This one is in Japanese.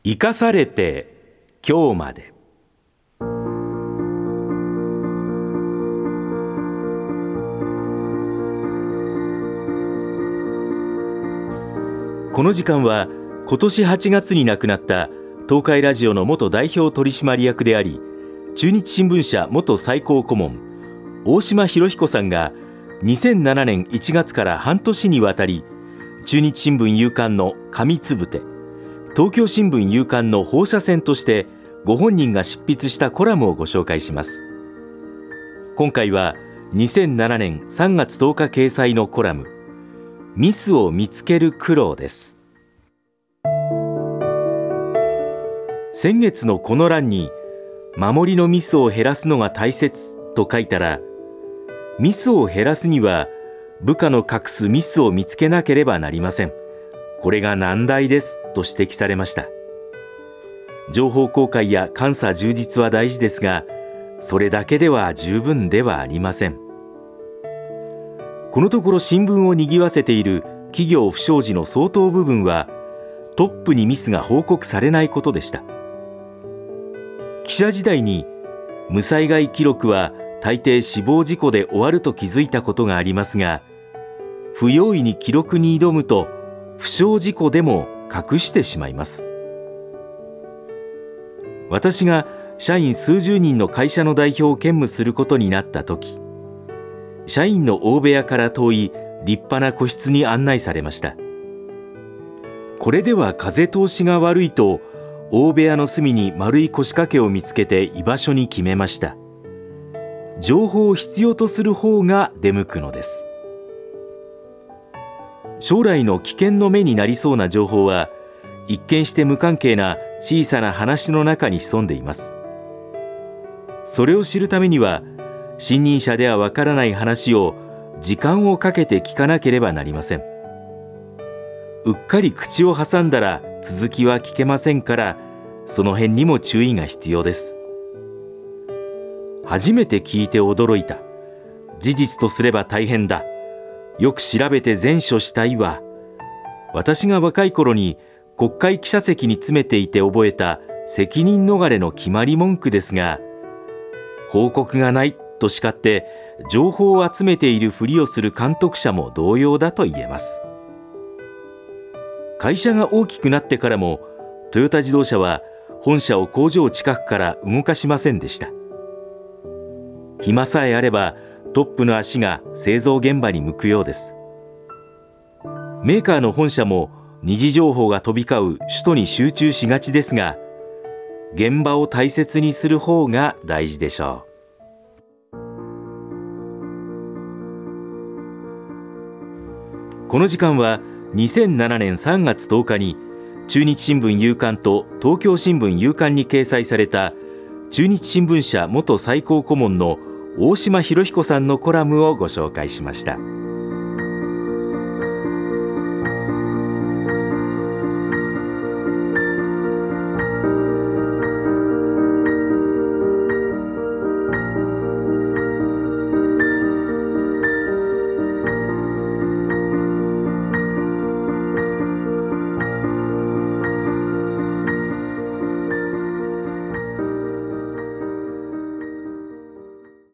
生かされて今日まで。この時間は今年8月に亡くなった東海ラジオの元代表取締役であり、中日新聞社元最高顧問大島博彦さんが2007年1月から半年にわたり、中日新聞夕刊の紙つぶて、東京新聞夕刊の放射線としてご本人が執筆したコラムをご紹介します。今回は2007年3月10日掲載のコラム、ミスを見つける苦労です。先月のこの欄に守りのミスを減らすのが大切と書いたら、ミスを減らすには部下の隠すミスを見つけなければなりません。これが難題ですと指摘されました。情報公開や監査充実は大事ですが、それだけでは十分ではありません。このところ新聞を賑わせている企業不祥事の相当部分は、トップにミスが報告されないことでした。記者時代に無災害記録は大抵死亡事故で終わると気づいたことがありますが、不用意に記録に挑むと不祥事故でも隠してしまいます。私が社員数十人の会社の代表を兼務することになった時、社員の大部屋から遠い立派な個室に案内されました。これでは風通しが悪いと、大部屋の隅に丸い腰掛けを見つけて居場所に決めました。情報を必要とする方が出向くのです。将来の危険の目になりそうな情報は、一見して無関係な小さな話の中に潜んでいます。それを知るためには、新任者ではわからない話を時間をかけて聞かなければなりません。うっかり口を挟んだら続きは聞けませんから、その辺にも注意が必要です。初めて聞いて驚いた。事実とすれば大変だ。よく調べて善処したいわ。私が若い頃に国会記者席に詰めていて覚えた責任逃れの決まり文句ですが、報告がないと叱って情報を集めているふりをする監督者も同様だと言えます。会社が大きくなってからも、トヨタ自動車は本社を工場近くから動かしませんでした。暇さえあればトップの足が製造現場に向くようです。メーカーの本社も二次情報が飛び交う首都に集中しがちですが、現場を大切にする方が大事でしょう。この時間は2007年3月10日に中日新聞夕刊と東京新聞夕刊に掲載された中日新聞社元最高顧問の大島博彦さんのコラムをご紹介しました。